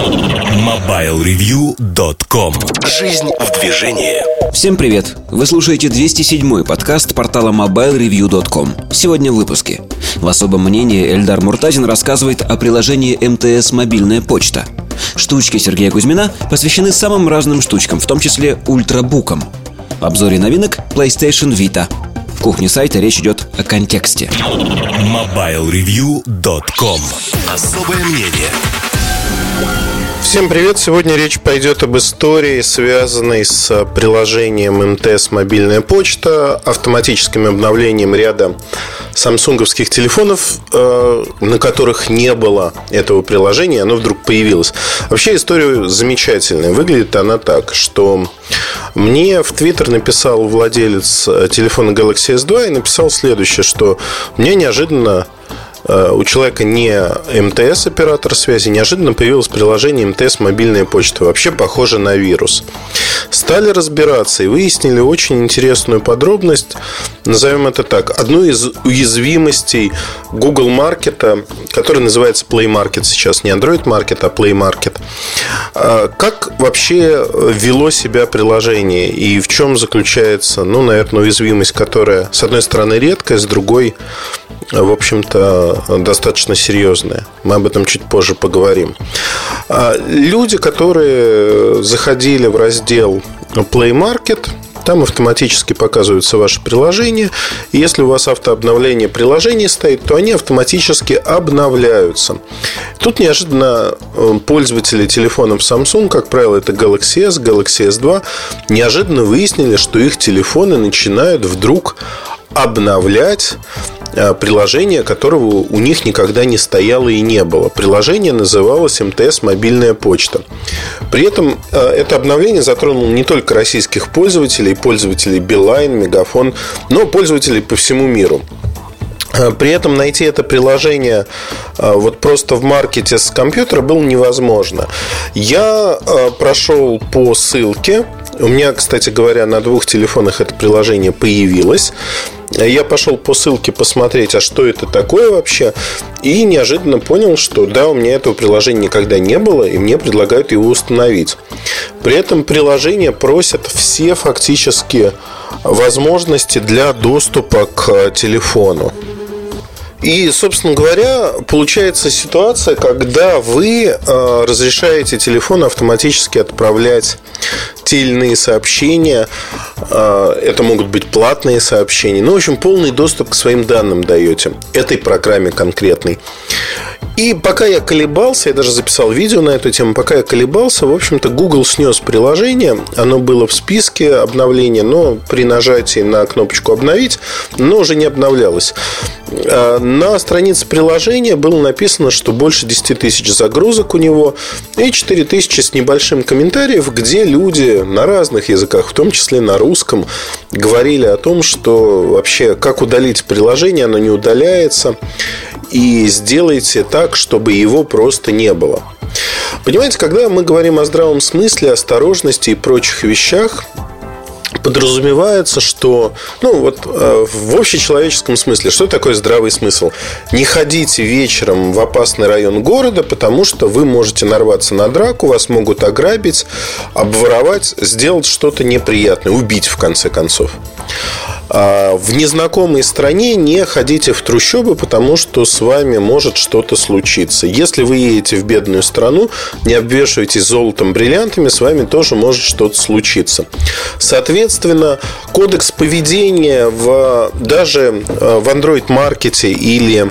MobileReview.com. Жизнь в движении. Всем привет! Вы слушаете 207-й подкаст портала MobileReview.com. Сегодня в выпуске. В особом мнении Эльдар Муртазин рассказывает о приложении МТС «Мобильная почта». Штучки Сергея Кузьмина посвящены самым разным штучкам, в том числе ультрабукам. В обзоре новинок PlayStation Vita. В кухне сайта речь идет о контексте. MobileReview.com. Особое мнение. Всем привет! Сегодня речь пойдет об истории, связанной с приложением МТС «Мобильная почта», автоматическим обновлением ряда самсунговских телефонов, на которых не было этого приложения, оно вдруг появилось. Вообще история замечательная. Выглядит она так, что мне в Твиттер написал владелец телефона Galaxy S2 и написал следующее, что мне неожиданно, у человека не МТС, оператор связи, неожиданно появилось приложение МТС «Мобильная почта». Вообще похоже на вирус. Стали разбираться и выяснили очень интересную подробность. Назовем это так. Одну из уязвимостей Google Market, который называется Play Market сейчас. Не Android Market, а Play Market. Как вообще вело себя приложение и в чем заключается, наверное, уязвимость, которая, с одной стороны, редкая, с другой, в общем-то, достаточно серьезная. Мы об этом чуть позже поговорим. Люди, которые заходили в раздел Play Market, там автоматически показываются ваши приложения. И если у вас автообновление приложений стоит, то они автоматически обновляются. Тут неожиданно пользователи телефонов Samsung, как правило, это Galaxy S, Galaxy S2, неожиданно выяснили, что их телефоны начинают вдруг обновлять приложение, которого у них никогда не стояло и не было. Приложение называлось МТС «Мобильная почта». При этом это обновление затронуло не только российских пользователей, пользователей Билайн, Мегафон, но пользователей по всему миру. При этом найти это приложение вот просто в маркете с компьютера было невозможно. Я прошел по ссылке. У меня, кстати говоря, на двух телефонах это приложение появилось. Я пошел по ссылке посмотреть, а что это такое вообще. И неожиданно понял, что да, у меня этого приложения никогда не было, и мне предлагают его установить. При этом приложение просит все фактически возможности для доступа к телефону. И, собственно говоря, получается ситуация, когда вы разрешаете телефону автоматически отправлять те или иные сообщения. Это могут быть платные сообщения. В общем, полный доступ к своим данным даете этой программе конкретной. И пока я колебался, я даже записал видео на эту тему. Пока я колебался, в общем-то, Google снес приложение. Оно было в списке обновления, но при нажатии на кнопочку «Обновить» оно уже не обновлялось. На странице приложения было написано, что больше 10 тысяч загрузок у него и 4 тысячи с небольшим комментариев, где люди на разных языках, в том числе на русском, говорили о том, что вообще как удалить приложение, оно не удаляется, и сделайте так, чтобы его просто не было. Понимаете, когда мы говорим о здравом смысле, осторожности и прочих вещах, подразумевается, что, в общечеловеческом смысле, что такое здравый смысл? Не ходите вечером в опасный район города, потому что вы можете нарваться на драку, вас могут ограбить, обворовать, сделать что-то неприятное, убить в конце концов. В незнакомой стране не ходите в трущобы, потому что с вами может что-то случиться. Если вы едете в бедную страну, не обвешивайтесь золотом, бриллиантами, с вами тоже может что-то случиться. Соответственно, кодекс поведения даже в Android-маркете или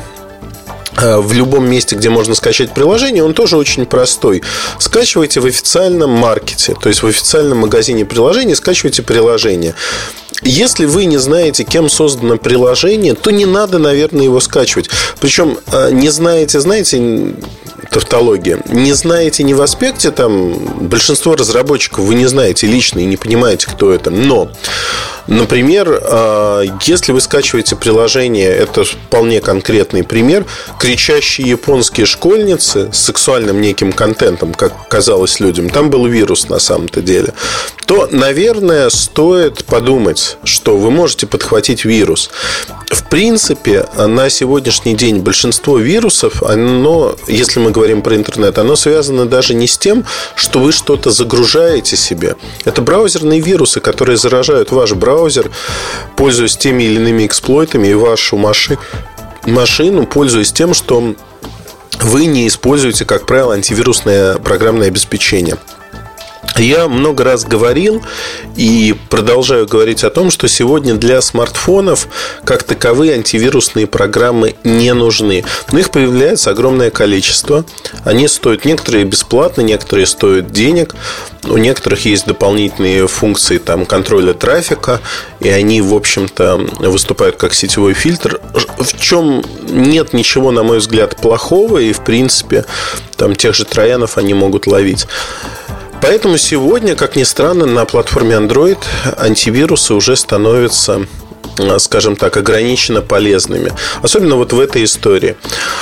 в любом месте, где можно скачать приложение, он тоже очень простой. Скачивайте в официальном маркете, то есть в официальном магазине приложений, скачивайте приложение. Если вы не знаете, кем создано приложение, то не надо, наверное, его скачивать. Причем не знаете, тавтология. Не знаете не в аспекте, там, большинство разработчиков вы не знаете лично и не понимаете, кто это. Но, например, если вы скачиваете приложение, это вполне конкретный пример, кричащие японские школьницы с сексуальным неким контентом, как казалось людям, там был вирус на самом-то деле, то, наверное, стоит подумать, сказать, что вы можете подхватить вирус. В принципе, на сегодняшний день большинство вирусов, оно, если мы говорим про интернет, оно связано даже не с тем, что вы что-то загружаете себе. Это браузерные вирусы, которые заражают ваш браузер, пользуясь теми или иными эксплойтами, и вашу машину, пользуясь тем, что вы не используете, как правило, антивирусное программное обеспечение. Я много раз говорил и продолжаю говорить о том, что сегодня для смартфонов как таковые антивирусные программы не нужны. Но их появляется огромное количество. Они стоят, некоторые бесплатно, некоторые стоят денег. У некоторых есть дополнительные функции там, контроля трафика, и они, в общем-то, выступают как сетевой фильтр, в чем нет ничего, на мой взгляд, плохого. И, в принципе, там, тех же троянов они могут ловить. Поэтому сегодня, как ни странно, на платформе Android антивирусы уже становятся, скажем так, ограниченно полезными. Особенно вот в этой истории.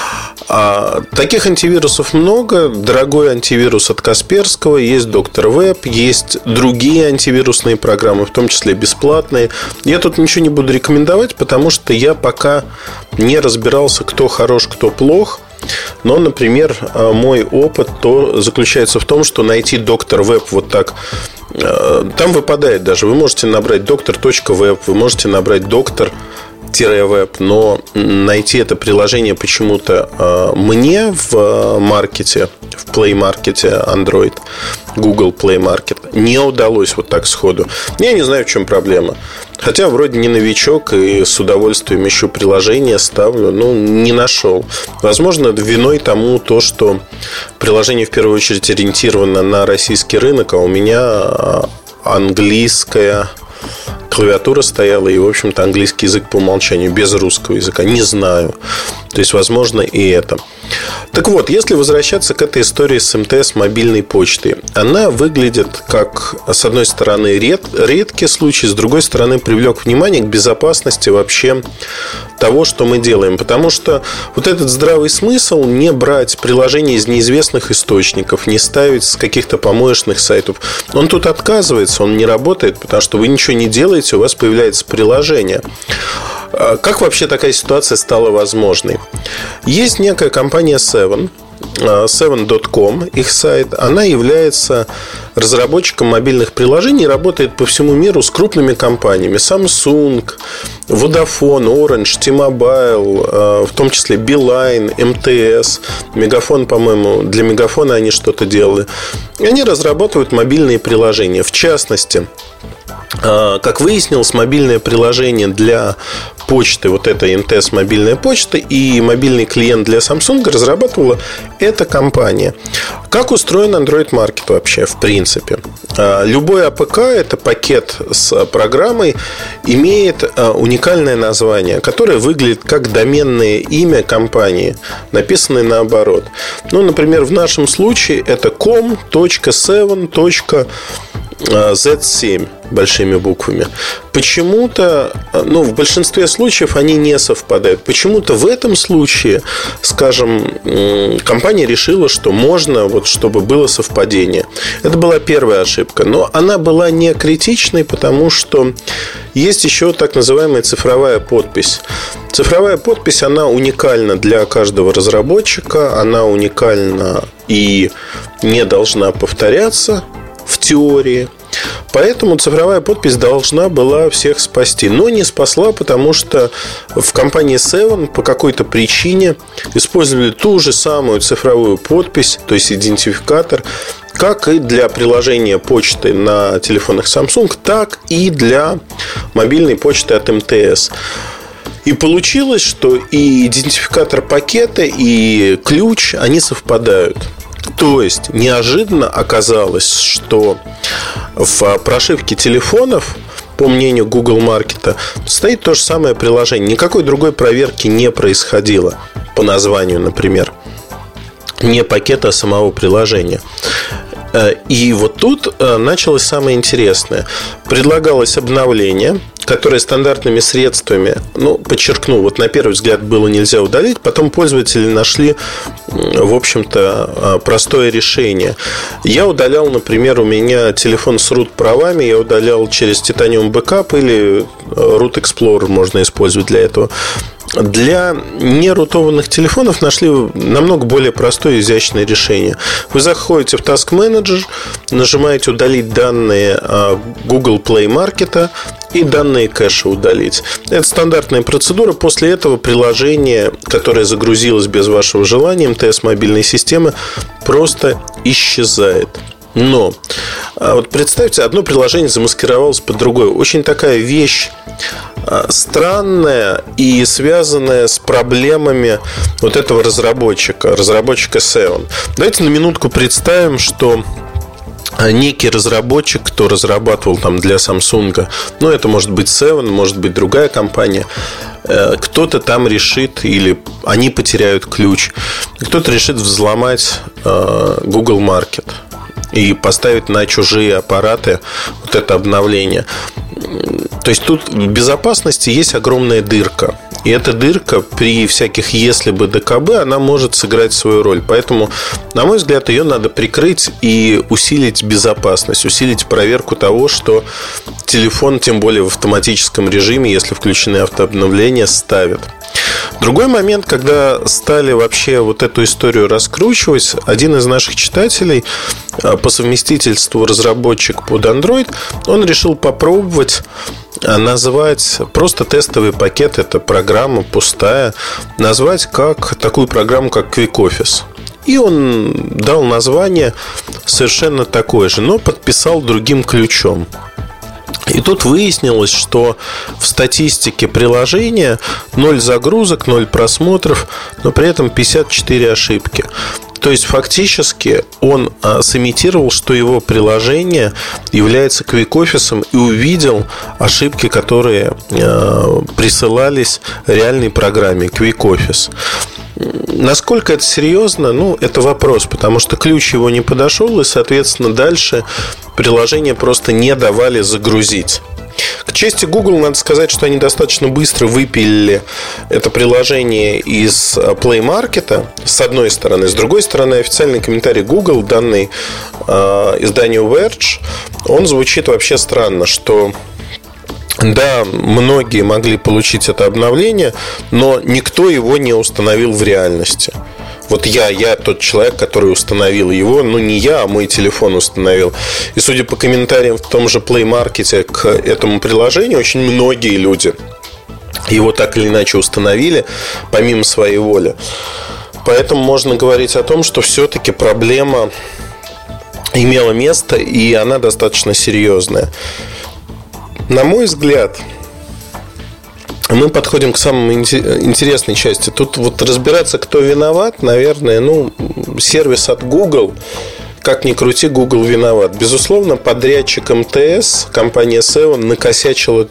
Таких антивирусов много. Дорогой антивирус от Касперского, есть Dr. Web, есть другие антивирусные программы, в том числе бесплатные. Я тут ничего не буду рекомендовать, потому что я пока не разбирался, кто хорош, кто плох. Но, например, мой опыт заключается в том, что найти Dr. Web вот так, там выпадает даже. Вы можете набрать doctor.web, вы можете набрать доктор-веб, но найти это приложение почему-то мне в маркете, в Play Market Android, Google Play Market, не удалось вот так сходу. Я не знаю, в чем проблема. Хотя вроде не новичок и с удовольствием ищу приложение, ставлю, но не нашел. Возможно, виной тому то, что приложение в первую очередь ориентировано на российский рынок, а у меня английская клавиатура стояла, и, в общем-то, английский язык по умолчанию, без русского языка. Не знаю. То есть, возможно, и это. Так вот, если возвращаться к этой истории с МТС мобильной почтой, она выглядит как, с одной стороны, редкий случай, с другой стороны, привлек внимание к безопасности вообще того, что мы делаем. Потому что вот этот здравый смысл не брать приложение из неизвестных источников, не ставить с каких-то помоечных сайтов, он тут отказывается, он не работает, потому что вы ничего не делаете, у вас появляется приложение. Как вообще такая ситуация стала возможной? Есть некая компания Seven.com, их сайт. Она является разработчиком мобильных приложений и работает по всему миру с крупными компаниями: Samsung, Vodafone, Orange, T-Mobile, в том числе Beeline, МТС, Мегафон, по-моему, для Мегафона они что-то делали. И они разрабатывают мобильные приложения. В частности, как выяснилось, мобильное приложение для почты, вот это МТС мобильная почта, и мобильный клиент для Samsung разрабатывала эта компания. Как устроен Android Market вообще, в принципе? Любой АПК, это пакет с программой, имеет уникальное название, которое выглядит как доменное имя компании, написанное наоборот. Ну, например, в нашем случае это com.7.z7 большими буквами. Почему-то, в большинстве случаев они не совпадают. Почему-то в этом случае, скажем, компания решила, что можно, вот, чтобы было совпадение. Это была первая ошибка. Но она была не критичной, потому что есть еще так называемая цифровая подпись. Цифровая подпись, она уникальна для каждого разработчика. Она уникальна и не должна повторяться в теории. Поэтому цифровая подпись должна была всех спасти. Но не спасла, потому что в компании Seven по какой-то причине использовали ту же самую цифровую подпись, то есть идентификатор, как и для приложения почты на телефонах Samsung, так и для мобильной почты от МТС. И получилось, что и идентификатор пакета, и ключ, они совпадают. То есть неожиданно оказалось, что в прошивке телефонов, по мнению Google Market, стоит то же самое приложение. Никакой другой проверки не происходило по названию, например. Не пакета, а самого приложения. И вот тут началось самое интересное. Предлагалось обновление, которые стандартными средствами, подчеркну, вот на первый взгляд было нельзя удалить, потом пользователи нашли, в общем-то, простое решение. Я удалял, например, у меня телефон с root-правами, я удалял через Titanium Backup или Root Explorer можно использовать для этого. Для нерутованных телефонов нашли намного более простое и изящное решение. Вы заходите в Task Manager, нажимаете «Удалить данные Google Play Market» и данные кэша удалить. Это стандартная процедура. После этого приложение, которое загрузилось без вашего желания, МТС мобильной системы, просто исчезает. Но вот представьте, одно приложение замаскировалось под другое. Очень такая вещь странная и связанная с проблемами вот этого разработчика Seven. Давайте на минутку представим, что некий разработчик, кто разрабатывал там для Samsung, это может быть Seven, может быть другая компания, кто-то там решит, или они потеряют ключ, кто-то решит взломать Google Market и поставить на чужие аппараты вот это обновление. То есть тут в безопасности есть огромная дырка. И эта дырка при всяких «если бы», ДКБ, она может сыграть свою роль. Поэтому, на мой взгляд, ее надо прикрыть и усилить безопасность, усилить проверку того, что телефон, тем более в автоматическом режиме, если включены автообновления, ставит. Другой момент, когда стали вообще вот эту историю раскручивать, один из наших читателей, по совместительству разработчик под Android, он решил попробовать назвать просто тестовый пакет, это программа пустая, назвать как такую программу, как Quick Office. И он дал название совершенно такое же, но подписал другим ключом. И тут выяснилось, что в статистике приложения 0 загрузок, 0 просмотров, но при этом 54 ошибки. То есть фактически он сымитировал, что его приложение является квик-офисом, и увидел ошибки, которые присылались реальной программе Quick-Office. Насколько это серьезно? Это вопрос, потому что ключ его не подошел, и, соответственно, дальше приложение просто не давали загрузить. К чести Google, надо сказать, что они достаточно быстро выпилили это приложение из Play Market, с одной стороны. С другой стороны, официальный комментарий Google, данный изданию Verge, он звучит вообще странно, что да, многие могли получить это обновление, но никто его не установил в реальности. Вот я тот человек, который установил его. Не я, а мой телефон установил. И судя по комментариям в том же Play Market к этому приложению, очень многие люди его так или иначе установили помимо своей воли. Поэтому можно говорить о том, что все-таки проблема имела место, и она достаточно серьезная. На мой взгляд, мы подходим к самой интересной части. Тут вот разбираться, кто виноват, наверное, сервис от Google. Как ни крути, Google виноват. Безусловно, подрядчик МТС, компания Seven, накосячила,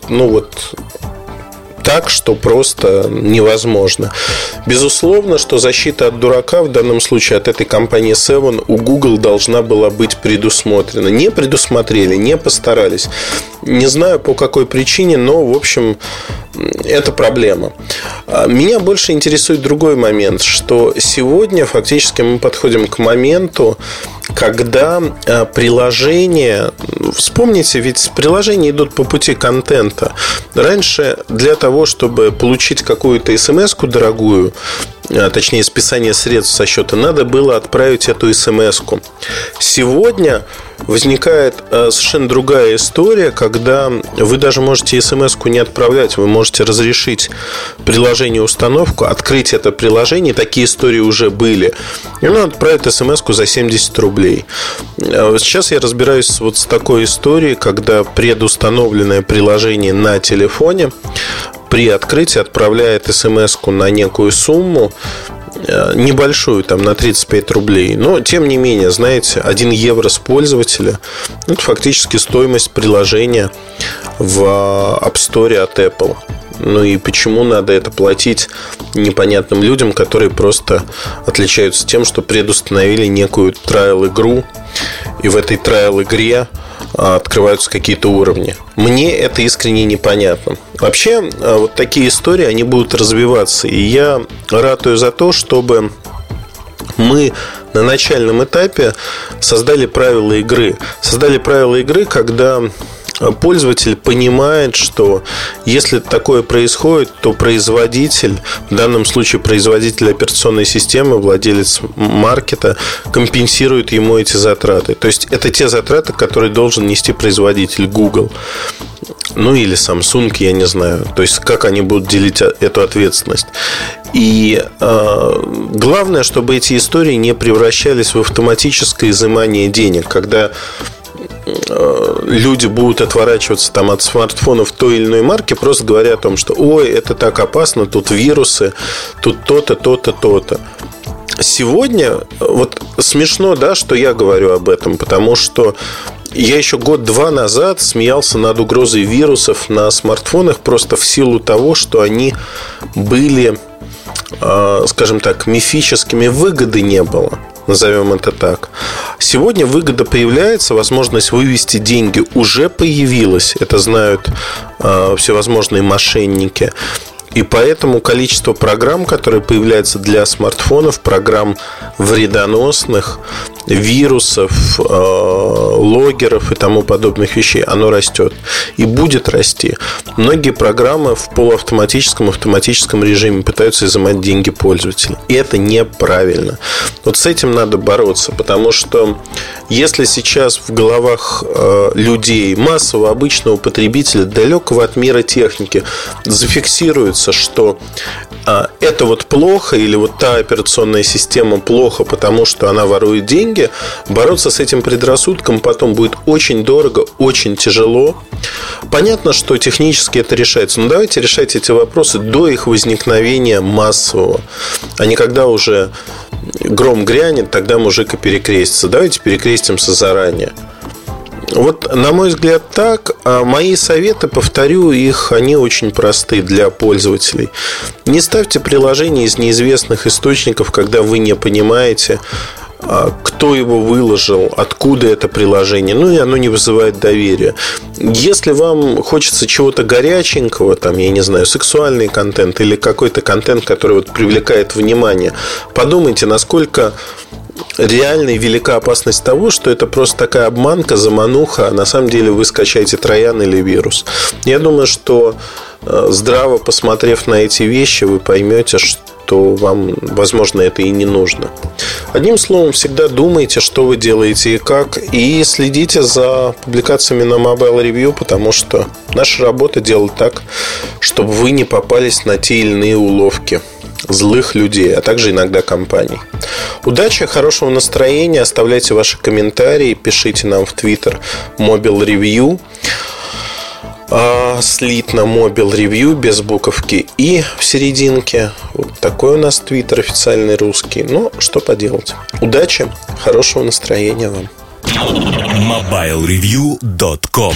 так, что просто невозможно. Безусловно, что защита от дурака в данном случае от этой компании Seven у Google должна была быть предусмотрена. Не предусмотрели, не постарались. Не знаю по какой причине, но, в общем, это проблема. Меня больше интересует другой момент, что сегодня фактически мы подходим к моменту, когда приложения... Вспомните, ведь приложения идут по пути контента. Раньше для того, чтобы получить какую-то смс-ку дорогую, точнее списание средств со счета, надо было отправить эту смс-ку. Сегодня возникает совершенно другая история, когда вы даже можете смс-ку не отправлять, вы можете разрешить приложение установку, открыть это приложение, такие истории уже были, и оно отправит смс-ку за 70 рублей. Сейчас я разбираюсь вот с такой историей, когда предустановленное приложение на телефоне при открытии отправляет смс-ку на некую сумму, небольшую, там на 35 рублей. Но, тем не менее, знаете, 1 евро с пользователя — это фактически стоимость приложения в App Store от Apple. И почему надо это платить непонятным людям, которые просто отличаются тем, что предустановили некую трайл-игру, и в этой трайл-игре открываются какие-то уровни. Мне это искренне непонятно. Вообще, вот такие истории, они будут развиваться. И я ратую за то, чтобы мы на начальном этапе создали правила игры. Создали правила игры, когда пользователь понимает, что если такое происходит, то производитель, в данном случае производитель операционной системы, владелец маркета, компенсирует ему эти затраты. То есть это те затраты, которые должен нести производитель Google. Ну или Samsung, я не знаю. То есть как они будут делить эту ответственность. И главное, чтобы эти истории не превращались в автоматическое изымание денег, когда люди будут отворачиваться там от смартфонов той или иной марки, просто говоря о том, что ой, это так опасно, тут вирусы, тут то-то, то-то, то-то. Сегодня, вот смешно, да, что я говорю об этом, потому что я еще год-два назад смеялся над угрозой вирусов на смартфонах просто в силу того, что они были, скажем так, мифическими, выгоды не было. Назовем это так. Сегодня выгода появляется, возможность вывести деньги уже появилась. Это знают всевозможные мошенники. И поэтому количество программ, которые появляются для смартфонов, программ вредоносных, вирусов, логеров и тому подобных вещей, оно растет и будет расти. Многие программы в полуавтоматическом, автоматическом режиме пытаются изымать деньги пользователя. И это неправильно. Вот с этим надо бороться, потому что если сейчас в головах людей, массового обычного потребителя, далекого от мира техники, зафиксируется, что это вот плохо, или вот та операционная система плохо, потому что она ворует деньги, бороться с этим предрассудком потом будет очень дорого, очень тяжело. Понятно, что технически это решается, но давайте решать эти вопросы до их возникновения массового, а не когда уже гром грянет, тогда мужик и перекрестится. Давайте перекрестимся заранее. Вот, на мой взгляд, так. А мои советы, повторю их, они очень просты для пользователей. Не ставьте приложение из неизвестных источников, когда вы не понимаете, кто его выложил, откуда это приложение. Ну и оно не вызывает доверия. Если вам хочется чего-то горяченького, там, я не знаю, сексуальный контент или какой-то контент, который вот привлекает внимание, подумайте, насколько реально и велика опасность того, что это просто такая обманка, замануха, а на самом деле вы скачаете троян или вирус. Я думаю, что здраво посмотрев на эти вещи, вы поймете, что вам, возможно, это и не нужно. Одним словом, всегда думайте, что вы делаете и как, и следите за публикациями на Mobile Review, потому что наша работа делать так, чтобы вы не попались на те или иные уловки злых людей, а также иногда компаний. Удачи, хорошего настроения. Оставляйте ваши комментарии, пишите нам в Twitter Mobile Review, слитно Mobile Review без буковки и в серединке. Вот такой у нас Twitter официальный русский. Ну, что поделать. Удачи, хорошего настроения вам. MobileReview.com.